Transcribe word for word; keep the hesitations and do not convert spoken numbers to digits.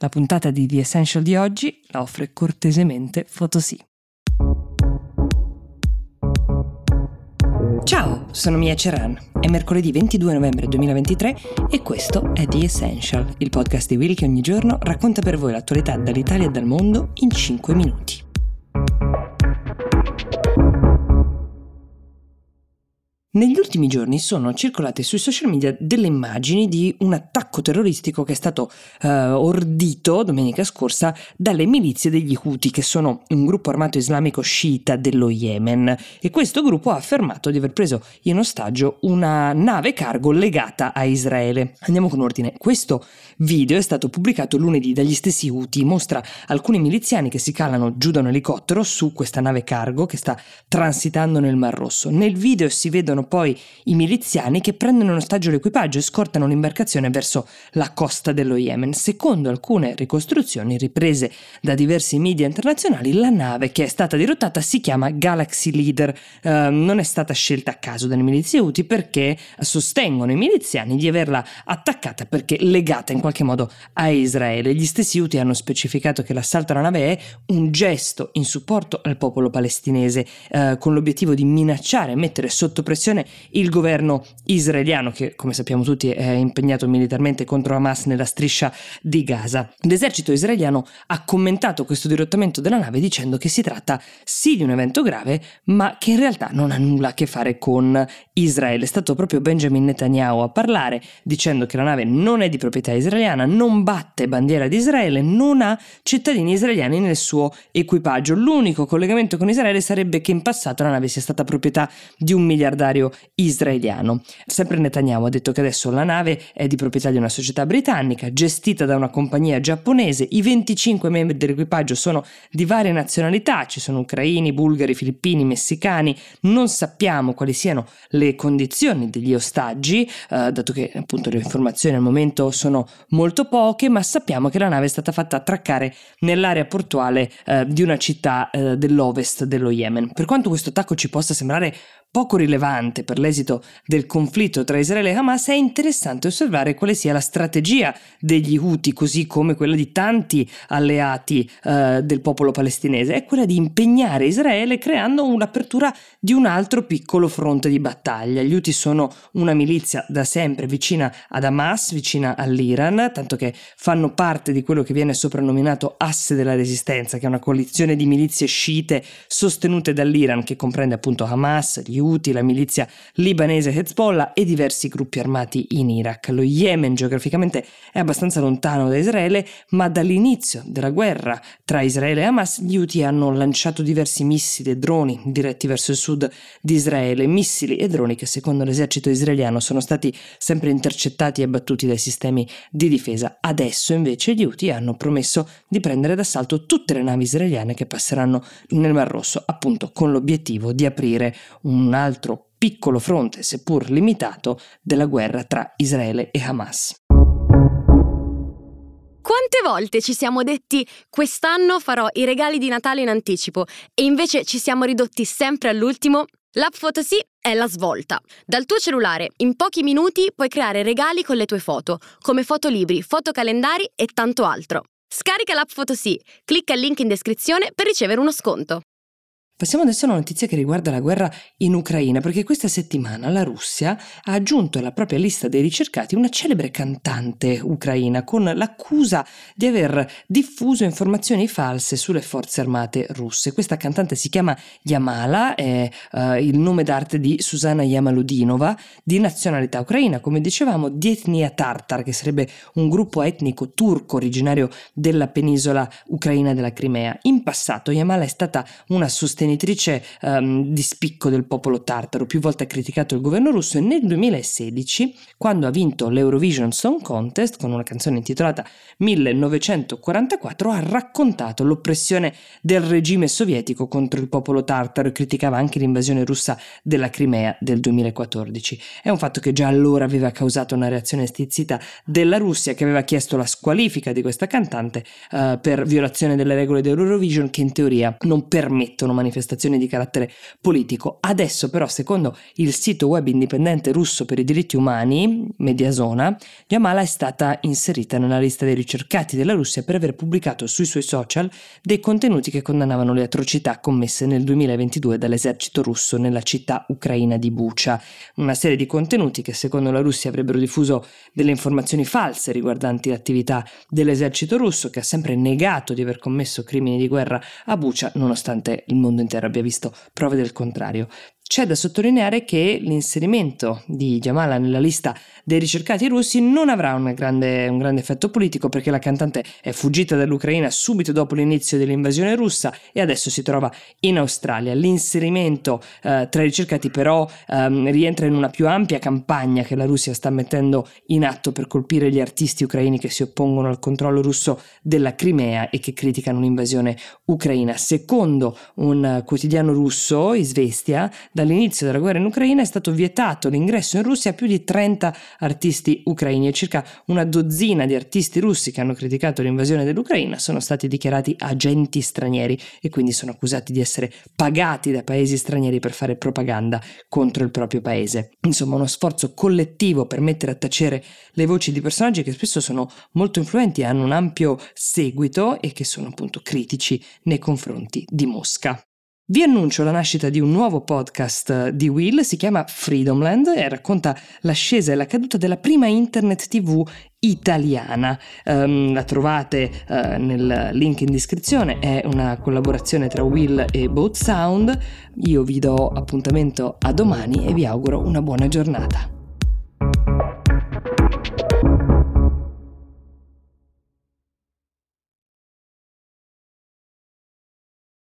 La puntata di The Essential di oggi la offre cortesemente Photosy. Ciao, sono Mia Ceran. È mercoledì ventidue novembre duemilaventitré e questo è The Essential, il podcast di Will che ogni giorno racconta per voi l'attualità dall'Italia e dal mondo in cinque minuti. Negli ultimi giorni sono circolate sui social media delle immagini di un attacco terroristico che è stato uh, ordito domenica scorsa dalle milizie degli Houthi, che sono un gruppo armato islamico sciita dello Yemen, e questo gruppo ha affermato di aver preso in ostaggio una nave cargo legata a Israele. Andiamo con ordine. Questo video è stato pubblicato lunedì dagli stessi Houthi, mostra alcuni miliziani che si calano giù da un elicottero su questa nave cargo che sta transitando nel Mar Rosso. Nel video si vedono poi i miliziani che prendono in ostaggio l'equipaggio e scortano l'imbarcazione verso la costa dello Yemen. Secondo alcune ricostruzioni riprese da diversi media internazionali, la nave che è stata dirottata si chiama Galaxy Leader. Uh, non è stata scelta a caso dalle milizie Houthi perché sostengono i miliziani di averla attaccata perché legata in qualche modo a Israele. Gli stessi Houthi hanno specificato che l'assalto alla nave è un gesto in supporto al popolo palestinese, uh, con l'obiettivo di minacciare e mettere sotto pressione il governo israeliano, che come sappiamo tutti è impegnato militarmente contro Hamas nella striscia di Gaza. L'esercito israeliano ha commentato questo dirottamento della nave dicendo che si tratta sì di un evento grave, ma che in realtà non ha nulla a che fare con Israele. È stato proprio Benjamin Netanyahu a parlare, dicendo che la nave non è di proprietà israeliana, non batte bandiera di Israele, non ha cittadini israeliani nel suo equipaggio. L'unico collegamento con Israele sarebbe che in passato la nave sia stata proprietà di un miliardario israeliano. Sempre Netanyahu ha detto che adesso la nave è di proprietà di una società britannica gestita da una compagnia giapponese. I venticinque membri dell'equipaggio sono di varie nazionalità, ci sono ucraini, bulgari, filippini, messicani. Non sappiamo quali siano le condizioni degli ostaggi, eh, dato che appunto le informazioni al momento sono molto poche, ma sappiamo che la nave è stata fatta attraccare nell'area portuale eh, di una città eh, dell'ovest dello Yemen. Per quanto questo attacco ci possa sembrare poco rilevante per l'esito del conflitto tra Israele e Hamas, è interessante osservare quale sia la strategia degli Houthi, così come quella di tanti alleati eh, del popolo palestinese. È quella di impegnare Israele creando un'apertura di un altro piccolo fronte di battaglia. Gli Houthi sono una milizia da sempre vicina ad Hamas, vicina all'Iran, tanto che fanno parte di quello che viene soprannominato Asse della Resistenza, che è una coalizione di milizie sciite sostenute dall'Iran, che comprende appunto Hamas, gli Houthi, la milizia libanese Hezbollah e diversi gruppi armati in Iraq. Lo Yemen geograficamente è abbastanza lontano da Israele, ma dall'inizio della guerra tra Israele e Hamas gli Houthi hanno lanciato diversi missili e droni diretti verso il sud di Israele, missili e droni che secondo l'esercito israeliano sono stati sempre intercettati e abbattuti dai sistemi di difesa. Adesso invece gli Houthi hanno promesso di prendere d'assalto tutte le navi israeliane che passeranno nel Mar Rosso, appunto con l'obiettivo di aprire un altro piccolo fronte, seppur limitato, della guerra tra Israele e Hamas. Quante volte ci siamo detti quest'anno farò i regali di Natale in anticipo e invece ci siamo ridotti sempre all'ultimo? L'app Photosy è la svolta. Dal tuo cellulare in pochi minuti puoi creare regali con le tue foto, come fotolibri, fotocalendari e tanto altro. Scarica l'app Photosy, clicca il link in descrizione per ricevere uno sconto. Passiamo adesso a una notizia che riguarda la guerra in Ucraina, perché questa settimana la Russia ha aggiunto alla propria lista dei ricercati una celebre cantante ucraina con l'accusa di aver diffuso informazioni false sulle forze armate russe. Questa cantante si chiama Yamala, è uh, il nome d'arte di Susana Yamaludinova, di nazionalità ucraina, come dicevamo, di etnia tartar, che sarebbe un gruppo etnico turco originario della penisola ucraina della Crimea. In passato Yamala è stata una sostenitrice Um, di spicco del popolo tartaro, più volte ha criticato il governo russo, e nel duemilasedici, quando ha vinto l'Eurovision Song Contest con una canzone intitolata millenovecentoquarantaquattro, ha raccontato l'oppressione del regime sovietico contro il popolo tartaro e criticava anche l'invasione russa della Crimea del duemilaquattordici. È un fatto che già allora aveva causato una reazione stizzita della Russia, che aveva chiesto la squalifica di questa cantante uh, per violazione delle regole dell'Eurovision, che in teoria non permettono manifestazioni manifestazioni di carattere politico. Adesso però, secondo il sito web indipendente russo per i diritti umani, Mediazona, Jamala è stata inserita nella lista dei ricercati della Russia per aver pubblicato sui suoi social dei contenuti che condannavano le atrocità commesse nel duemilaventidue dall'esercito russo nella città ucraina di Bucha. Una serie di contenuti che secondo la Russia avrebbero diffuso delle informazioni false riguardanti l'attività dell'esercito russo, che ha sempre negato di aver commesso crimini di guerra a Bucha, nonostante il mondo intero abbia visto prove del contrario. C'è da sottolineare che l'inserimento di Jamala nella lista dei ricercati russi non avrà una grande, un grande effetto politico, perché la cantante è fuggita dall'Ucraina subito dopo l'inizio dell'invasione russa e adesso si trova in Australia. L'inserimento eh, tra i ricercati però ehm, rientra in una più ampia campagna che la Russia sta mettendo in atto per colpire gli artisti ucraini che si oppongono al controllo russo della Crimea e che criticano l'invasione ucraina. Secondo un quotidiano russo, Izvestia, dall'inizio della guerra in Ucraina è stato vietato l'ingresso in Russia a più di trenta artisti ucraini e circa una dozzina di artisti russi che hanno criticato l'invasione dell'Ucraina sono stati dichiarati agenti stranieri e quindi sono accusati di essere pagati da paesi stranieri per fare propaganda contro il proprio paese. Insomma, uno sforzo collettivo per mettere a tacere le voci di personaggi che spesso sono molto influenti e hanno un ampio seguito e che sono appunto critici nei confronti di Mosca. Vi annuncio la nascita di un nuovo podcast di Will, si chiama Freedomland e racconta l'ascesa e la caduta della prima internet tivù italiana. Um, la trovate uh, nel link in descrizione, è una collaborazione tra Will e Both Sound. Io vi do appuntamento a domani e vi auguro una buona giornata.